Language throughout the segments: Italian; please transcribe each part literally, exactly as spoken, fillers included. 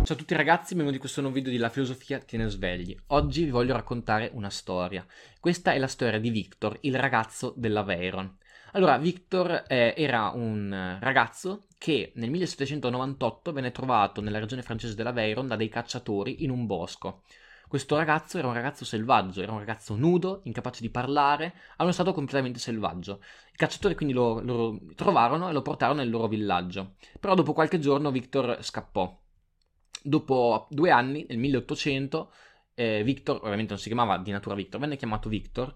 Ciao a tutti ragazzi, benvenuti in questo nuovo video di La filosofia tiene svegli. Oggi vi voglio raccontare una storia. Questa è la storia di Victor, il ragazzo dell'Aveyron. Allora, Victor eh, era un ragazzo che nel millesettecentonovantotto venne trovato nella regione francese dell'Aveyron da dei cacciatori in un bosco. Questo ragazzo era un ragazzo selvaggio, era un ragazzo nudo, incapace di parlare, a uno stato completamente selvaggio. I cacciatori quindi lo, lo trovarono e lo portarono nel loro villaggio. Però dopo qualche giorno Victor scappò. Dopo due anni, nel milleottocento, eh, Victor, ovviamente non si chiamava di natura Victor, venne chiamato Victor,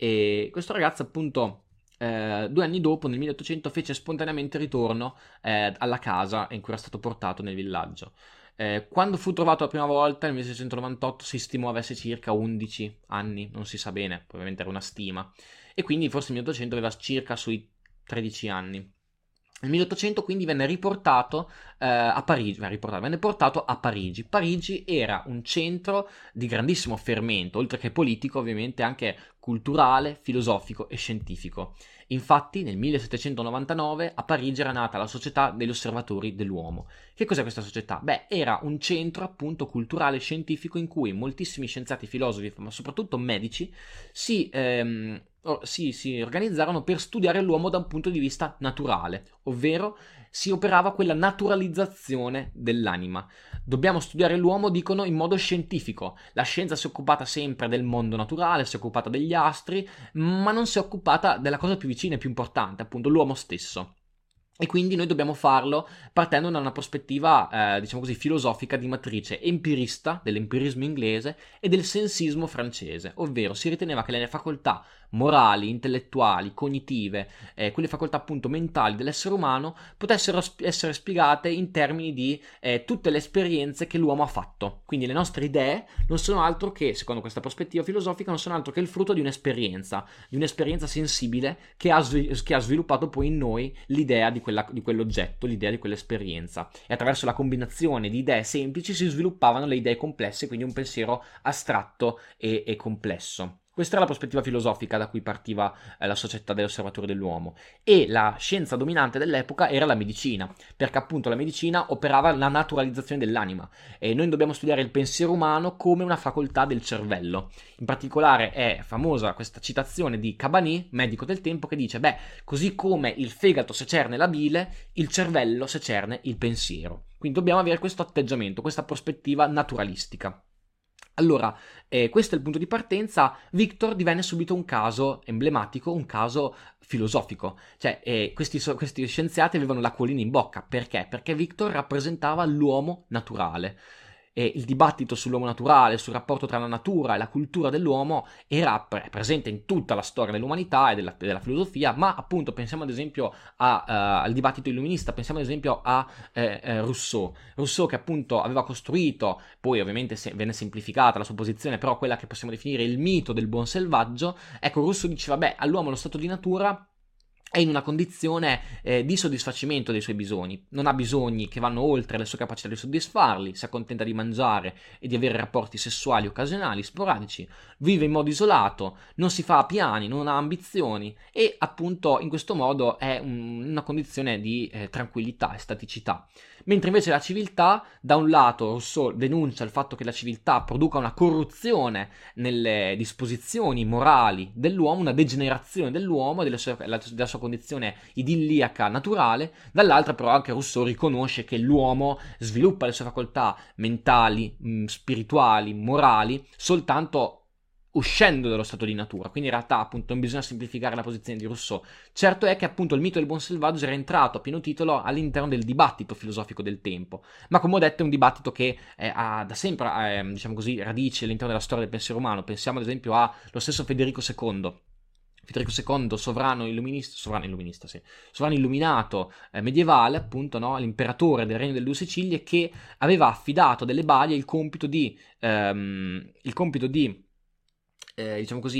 e questo ragazzo appunto eh, due anni dopo, nel milleottocento, fece spontaneamente ritorno eh, alla casa in cui era stato portato nel villaggio. Eh, quando fu trovato la prima volta, nel milleseicentonovantotto, si stimò avesse circa undici anni, non si sa bene, ovviamente era una stima, e quindi forse nel milleottocento aveva circa sui tredici anni. Nel milleottocento quindi venne riportato eh, a Parigi, venne, riportato, venne portato a Parigi. Parigi era un centro di grandissimo fermento, oltre che politico, ovviamente anche culturale, filosofico e scientifico. Infatti nel millesettecentonovantanove a Parigi era nata la Società degli Osservatori dell'Uomo. Che cos'è questa società? Beh, era un centro appunto culturale e scientifico in cui moltissimi scienziati, filosofi, ma soprattutto medici, si... Ehm, Si, si organizzarono per studiare l'uomo da un punto di vista naturale, ovvero si operava quella naturalizzazione dell'anima. Dobbiamo studiare l'uomo, dicono, in modo scientifico. La scienza si è occupata sempre del mondo naturale, si è occupata degli astri, ma non si è occupata della cosa più vicina e più importante, appunto l'uomo stesso. E quindi noi dobbiamo farlo partendo da una prospettiva, eh, diciamo così, filosofica di matrice empirista, dell'empirismo inglese e del sensismo francese, ovvero si riteneva che le facoltà morali, intellettuali, cognitive, eh, quelle facoltà appunto mentali dell'essere umano potessero sp- essere spiegate in termini di eh, tutte le esperienze che l'uomo ha fatto. Quindi le nostre idee non sono altro che, secondo questa prospettiva filosofica, non sono altro che il frutto di un'esperienza, di un'esperienza sensibile che ha, svi- che ha sviluppato poi in noi l'idea di Quella, di quell'oggetto, l'idea di quell'esperienza, e attraverso la combinazione di idee semplici si sviluppavano le idee complesse, quindi un pensiero astratto e, e complesso. Questa era la prospettiva filosofica da cui partiva eh, la Società degli Osservatori dell'Uomo, e la scienza dominante dell'epoca era la medicina, perché appunto la medicina operava la naturalizzazione dell'anima e noi dobbiamo studiare il pensiero umano come una facoltà del cervello. In particolare è famosa questa citazione di Cabanis, medico del tempo, che dice: beh, così come il fegato secerne la bile, il cervello secerne il pensiero. Quindi dobbiamo avere questo atteggiamento, questa prospettiva naturalistica. Allora, eh, questo è il punto di partenza. Victor divenne subito un caso emblematico, un caso filosofico. Cioè, eh, questi, questi scienziati avevano l'acquolina in bocca. Perché? Perché Victor rappresentava l'uomo naturale. E il dibattito sull'uomo naturale, sul rapporto tra la natura e la cultura dell'uomo era pre- presente in tutta la storia dell'umanità e della, della filosofia, ma appunto pensiamo ad esempio a, uh, al dibattito illuminista, pensiamo ad esempio a eh, eh, Rousseau. Rousseau che appunto aveva costruito, poi ovviamente se- venne semplificata la sua posizione, però quella che possiamo definire il mito del buon selvaggio. Ecco, Rousseau diceva: beh, all'uomo lo stato di natura è in una condizione eh, di soddisfacimento dei suoi bisogni, non ha bisogni che vanno oltre le sue capacità di soddisfarli, si accontenta di mangiare e di avere rapporti sessuali occasionali, sporadici, vive in modo isolato, non si fa piani, non ha ambizioni e appunto in questo modo è un, una condizione di eh, tranquillità e staticità. Mentre invece la civiltà, da un lato Rousseau denuncia il fatto che la civiltà produca una corruzione nelle disposizioni morali dell'uomo, una degenerazione dell'uomo e della sua, della sua condizione idilliaca naturale. Dall'altra però anche Rousseau riconosce che l'uomo sviluppa le sue facoltà mentali, mh, spirituali, morali soltanto uscendo dallo stato di natura. Quindi in realtà appunto non bisogna semplificare la posizione di Rousseau. Certo è che appunto il mito del buon selvaggio era entrato a pieno titolo all'interno del dibattito filosofico del tempo, ma come ho detto è un dibattito che eh, ha da sempre eh, diciamo così radici all'interno della storia del pensiero umano. Pensiamo ad esempio allo stesso Federico secondo. Federico secondo, sovrano illuminista, sovrano illuminista, sì, sovrano illuminato eh, medievale, appunto, no, l'imperatore del Regno delle Due Sicilie, che aveva affidato a delle Balie il compito di, ehm, il compito di, eh, diciamo così,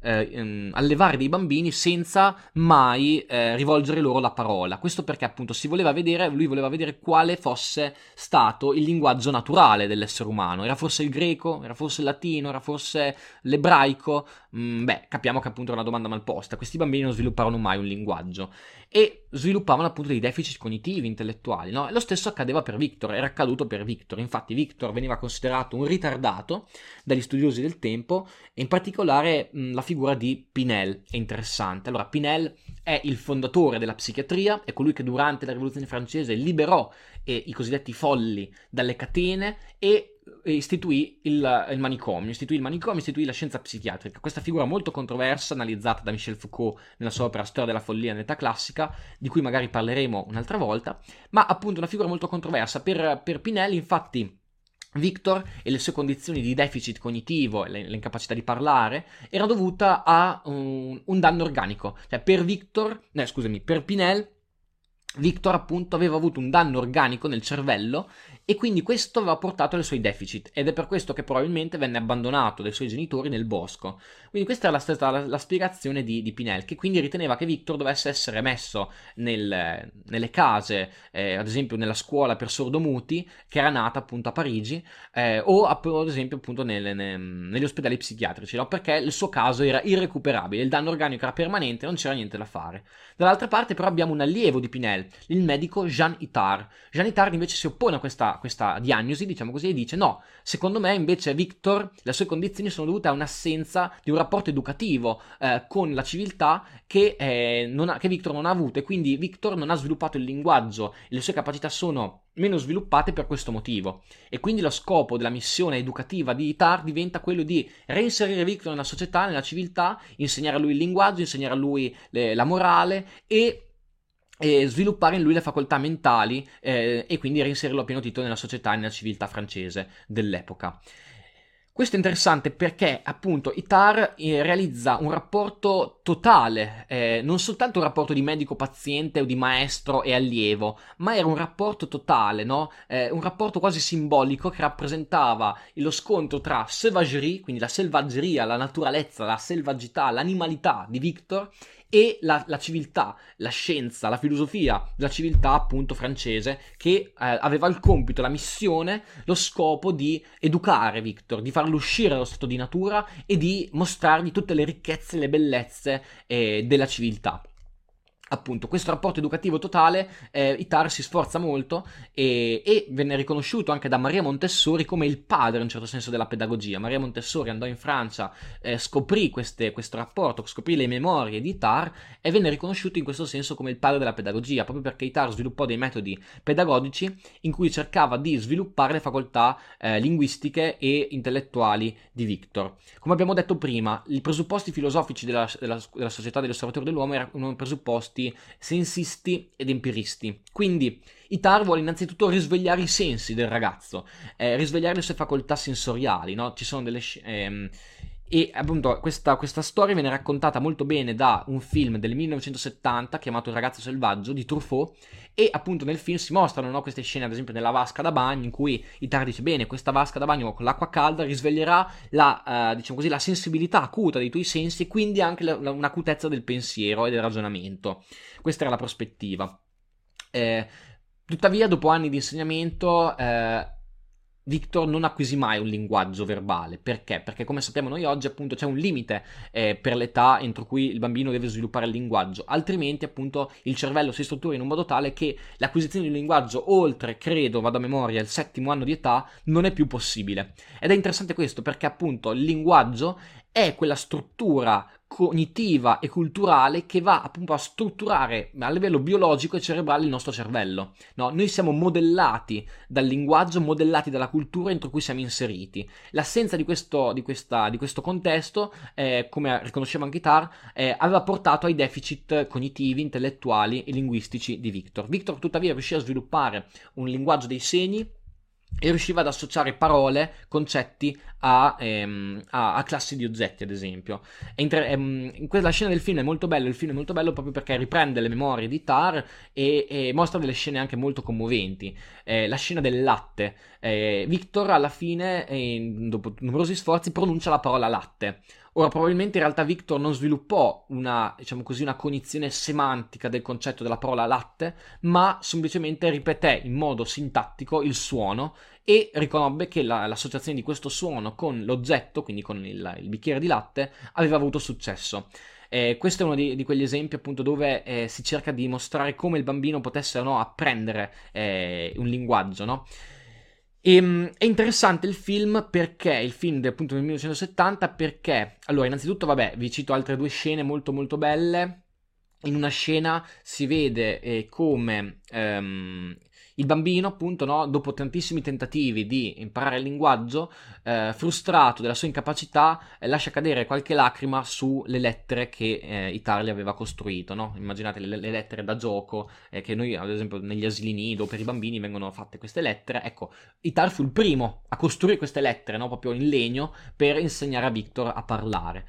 eh, ehm, allevare dei bambini senza mai eh, rivolgere loro la parola. Questo perché appunto si voleva vedere, lui voleva vedere quale fosse stato il linguaggio naturale dell'essere umano. Era forse il greco? Era forse il latino? Era forse l'ebraico? Mm, beh, capiamo che appunto era una domanda mal posta. Questi bambini non svilupparono mai un linguaggio e sviluppavano appunto dei deficit cognitivi, intellettuali, no? E lo stesso accadeva per Victor, era accaduto per Victor. Infatti Victor veniva considerato un ritardato dagli studiosi del tempo, e in particolare mh, la figura di Pinel è interessante. Allora, Pinel è il fondatore della psichiatria, è colui che durante la rivoluzione francese liberò eh, i cosiddetti folli dalle catene e istituì il, il manicomio, istituì il manicomio, istituì la scienza psichiatrica. Questa figura molto controversa, analizzata da Michel Foucault nella sua opera Storia della follia nell'età classica, di cui magari parleremo un'altra volta, ma appunto una figura molto controversa. Per, per Pinel, infatti, Victor e le sue condizioni di deficit cognitivo e l'incapacità di parlare era dovuta a un, un danno organico. Cioè, per Victor, eh, scusami, per Pinel, Victor appunto aveva avuto un danno organico nel cervello e quindi questo aveva portato ai suoi deficit, ed è per questo che probabilmente venne abbandonato dai suoi genitori nel bosco. Quindi questa era stata la, la spiegazione di, di Pinel, che quindi riteneva che Victor dovesse essere messo nel, nelle case, eh, ad esempio nella scuola per sordomuti che era nata appunto a Parigi, eh, o ad esempio appunto nel, nel, negli ospedali psichiatrici, no? Perché il suo caso era irrecuperabile, il danno organico era permanente, non c'era niente da fare. Dall'altra parte però abbiamo un allievo di Pinel, il medico Jean Itard. Jean Itard invece si oppone a questa, questa diagnosi, diciamo così, e dice no, secondo me invece Victor, le sue condizioni sono dovute a un'assenza di un rapporto educativo eh, con la civiltà che, eh, non ha, che Victor non ha avuto, e quindi Victor non ha sviluppato il linguaggio e le sue capacità sono meno sviluppate per questo motivo. E quindi lo scopo della missione educativa di Itard diventa quello di reinserire Victor nella società, nella civiltà, insegnare a lui il linguaggio, insegnare a lui le, la morale e e sviluppare in lui le facoltà mentali eh, e quindi reinserirlo a pieno titolo nella società e nella civiltà francese dell'epoca. Questo è interessante perché appunto Itard eh, realizza un rapporto totale, eh, non soltanto un rapporto di medico-paziente o di maestro e allievo, ma era un rapporto totale, no? Eh, un rapporto quasi simbolico che rappresentava lo scontro tra sauvagerie, quindi la selvaggeria, la naturalezza, la selvagità, l'animalità di Victor, e la, la civiltà, la scienza, la filosofia della civiltà appunto francese, che eh, aveva il compito, la missione, lo scopo di educare Victor, di farlo uscire dallo stato di natura e di mostrargli tutte le ricchezze e le bellezze eh, della civiltà. Appunto, questo rapporto educativo totale, eh, Itard si sforza molto e, e venne riconosciuto anche da Maria Montessori come il padre, in un certo senso, della pedagogia. Maria Montessori andò in Francia, eh, scoprì queste, questo rapporto, scoprì le memorie di Itard e venne riconosciuto in questo senso come il padre della pedagogia, proprio perché Itard sviluppò dei metodi pedagogici in cui cercava di sviluppare le facoltà eh, linguistiche e intellettuali di Victor. Come abbiamo detto prima, i presupposti filosofici della, della, della società degli osservatori dell'uomo erano presupposti sensisti ed empiristi. Quindi Itard vuole innanzitutto risvegliare i sensi del ragazzo, eh, risvegliare le sue facoltà sensoriali, no? Ci sono delle ehm, e appunto questa, questa storia viene raccontata molto bene da un film del millenovecentosettanta chiamato Il ragazzo selvaggio di Truffaut, e appunto nel film si mostrano, no, queste scene, ad esempio nella vasca da bagno, in cui Itard dice bene, questa vasca da bagno con l'acqua calda risveglierà la, uh, diciamo così, la sensibilità acuta dei tuoi sensi e quindi anche la, la, un'acutezza del pensiero e del ragionamento. Questa era la prospettiva. Eh, tuttavia dopo anni di insegnamento eh, Victor non acquisì mai un linguaggio verbale. Perché? Perché come sappiamo noi oggi appunto c'è un limite eh, per l'età entro cui il bambino deve sviluppare il linguaggio, altrimenti appunto il cervello si struttura in un modo tale che l'acquisizione di un linguaggio oltre, credo, vado a memoria, il settimo anno di età non è più possibile. Ed è interessante questo perché appunto il linguaggio è quella struttura cognitiva e culturale che va appunto a strutturare a livello biologico e cerebrale il nostro cervello. No, noi siamo modellati dal linguaggio, modellati dalla cultura entro cui siamo inseriti. L'assenza di questo, di questa, di questo contesto, eh, come riconosceva anche Itard, eh, aveva portato ai deficit cognitivi, intellettuali e linguistici di Victor. Victor tuttavia riuscì a sviluppare un linguaggio dei segni e riusciva ad associare parole, concetti a, ehm, a, a classi di oggetti, ad esempio. E in, tre, ehm, in quella scena del film è molto bello, il film è molto bello proprio perché riprende le memorie di Itard e, e mostra delle scene anche molto commoventi. Eh, la scena del latte. Eh, Victor alla fine, eh, dopo numerosi sforzi, pronuncia la parola latte. Ora, probabilmente in realtà Victor non sviluppò una, diciamo così, una cognizione semantica del concetto della parola latte, ma semplicemente ripeté in modo sintattico il suono e riconobbe che la, l'associazione di questo suono con l'oggetto, quindi con il, il bicchiere di latte, aveva avuto successo. Eh, questo è uno di, di quegli esempi appunto dove eh, si cerca di mostrare come il bambino potesse o no apprendere eh, un linguaggio, no? E, è interessante il film perché, il film del, appunto del millenovecentosettanta, perché, allora, innanzitutto, vabbè, vi cito altre due scene molto molto belle. In una scena si vede eh, come ehm, il bambino, appunto, no, dopo tantissimi tentativi di imparare il linguaggio, eh, frustrato della sua incapacità, eh, lascia cadere qualche lacrima sulle lettere che eh, Italia aveva costruito, no? Immaginate le, le lettere da gioco, eh, che noi, ad esempio, negli asili nido per i bambini vengono fatte queste lettere. Ecco, Itar fu il primo a costruire queste lettere, no, proprio in legno, per insegnare a Victor a parlare.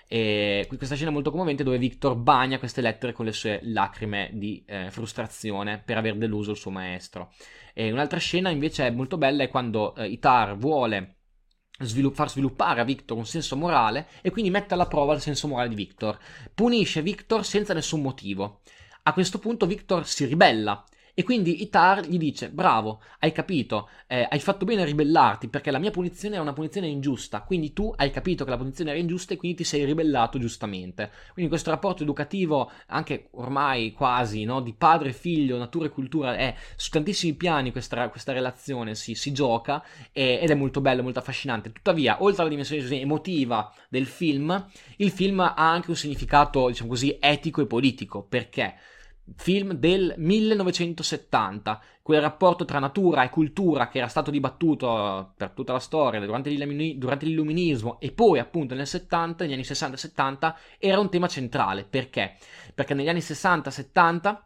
E questa scena è molto commovente dove Victor bagna queste lettere con le sue lacrime di eh, frustrazione per aver deluso il suo maestro. E un'altra scena invece è molto bella è quando eh, Itar vuole svilupp- far sviluppare a Victor un senso morale e quindi mette alla prova il senso morale di Victor. Punisce Victor senza nessun motivo. A questo punto Victor si ribella e quindi Itar gli dice: bravo, hai capito, eh, hai fatto bene a ribellarti perché la mia punizione è una punizione ingiusta, quindi tu hai capito che la punizione era ingiusta e quindi ti sei ribellato giustamente. Quindi questo rapporto educativo, anche ormai quasi, no, di padre e figlio, natura e cultura, è su tantissimi piani questa, questa relazione si, si gioca e, ed è molto bello, molto affascinante. Tuttavia, oltre alla dimensione emotiva del film, il film ha anche un significato, diciamo così, etico e politico, perché film del millenovecentosettanta, quel rapporto tra natura e cultura che era stato dibattuto per tutta la storia durante, durante l'illuminismo e poi appunto nel settanta, negli anni sessanta e settanta, era un tema centrale. Perché? Perché negli anni sessanta settanta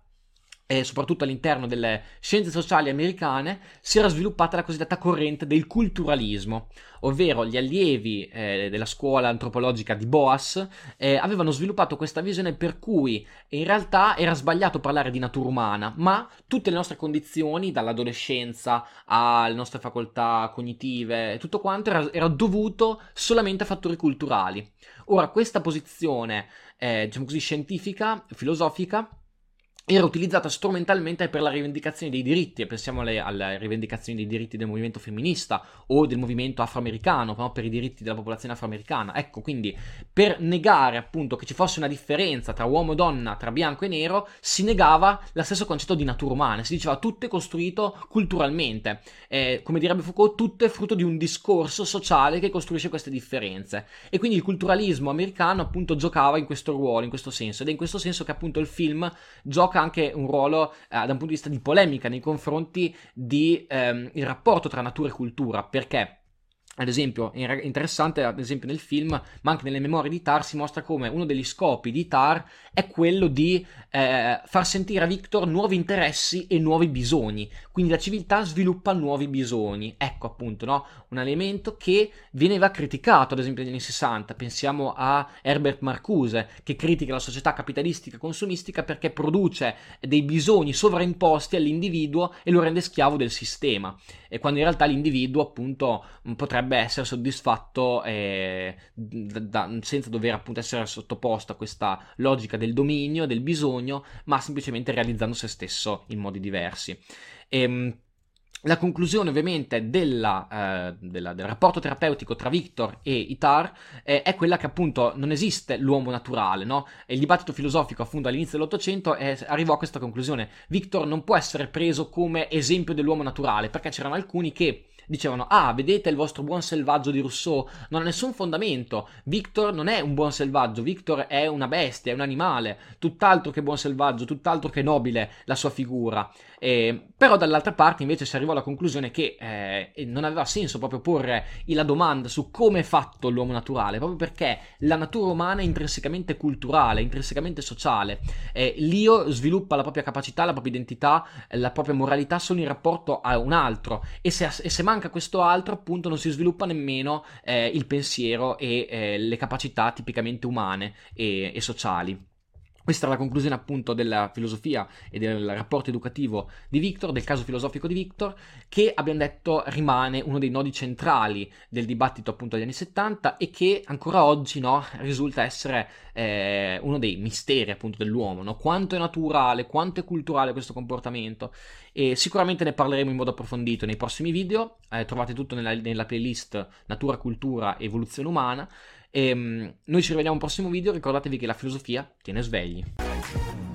e soprattutto all'interno delle scienze sociali americane si era sviluppata la cosiddetta corrente del culturalismo, ovvero gli allievi eh, della scuola antropologica di Boas eh, avevano sviluppato questa visione per cui in realtà era sbagliato parlare di natura umana, ma tutte le nostre condizioni, dall'adolescenza alle nostre facoltà cognitive, tutto quanto era, era dovuto solamente a fattori culturali. Ora, questa posizione, eh, diciamo così, scientifica, filosofica, era utilizzata strumentalmente per la rivendicazione dei diritti, e pensiamo alle, alle rivendicazioni dei diritti del movimento femminista o del movimento afroamericano, no? Per i diritti della popolazione afroamericana. Ecco, quindi per negare appunto che ci fosse una differenza tra uomo e donna, tra bianco e nero, si negava lo stesso concetto di natura umana, si diceva tutto è costruito culturalmente, eh, come direbbe Foucault, tutto è frutto di un discorso sociale che costruisce queste differenze, e quindi il culturalismo americano appunto giocava in questo ruolo, in questo senso, ed è in questo senso che appunto il film gioca anche un ruolo eh, da un punto di vista di polemica nei confronti di ehm, il rapporto tra natura e cultura, perché ad esempio, è interessante, ad esempio nel film, ma anche nelle memorie di Tar, si mostra come uno degli scopi di Tar è quello di eh, far sentire a Victor nuovi interessi e nuovi bisogni. Quindi la civiltà sviluppa nuovi bisogni. Ecco appunto, no? Un elemento che veniva criticato, ad esempio negli anni sessanta. Pensiamo a Herbert Marcuse, che critica la società capitalistica consumistica perché produce dei bisogni sovraimposti all'individuo e lo rende schiavo del sistema. E quando in realtà l'individuo appunto potrebbe essere soddisfatto eh, da, da, senza dover appunto essere sottoposto a questa logica del dominio, del bisogno, ma semplicemente realizzando se stesso in modi diversi. E, la conclusione ovviamente della, eh, della, del rapporto terapeutico tra Victor e Itar eh, è quella che appunto non esiste l'uomo naturale, no? E il dibattito filosofico appunto all'inizio dell'Ottocento eh, arrivò a questa conclusione: Victor non può essere preso come esempio dell'uomo naturale, perché c'erano alcuni che dicevano: ah, vedete il vostro buon selvaggio di Rousseau, non ha nessun fondamento, Victor non è un buon selvaggio, Victor è una bestia, è un animale, tutt'altro che buon selvaggio, tutt'altro che nobile la sua figura. Eh, però dall'altra parte invece si arrivò alla conclusione che eh, non aveva senso proprio porre la domanda su come è fatto l'uomo naturale, proprio perché la natura umana è intrinsecamente culturale, intrinsecamente sociale. Eh, l'io sviluppa la propria capacità, la propria identità, la propria moralità solo in rapporto a un altro, e se, e se manca questo altro appunto non si sviluppa nemmeno eh, il pensiero e eh, le capacità tipicamente umane e, e sociali. Questa è la conclusione appunto della filosofia e del rapporto educativo di Victor, del caso filosofico di Victor, che abbiamo detto rimane uno dei nodi centrali del dibattito appunto degli anni settanta e che ancora oggi, no, risulta essere eh, uno dei misteri appunto dell'uomo, no? Quanto è naturale, quanto è culturale questo comportamento, e sicuramente ne parleremo in modo approfondito nei prossimi video. Eh, trovate tutto nella, nella playlist Natura, Cultura, Evoluzione Umana. E, um, noi ci rivediamo al prossimo video. Ricordatevi che la filosofia tiene svegli.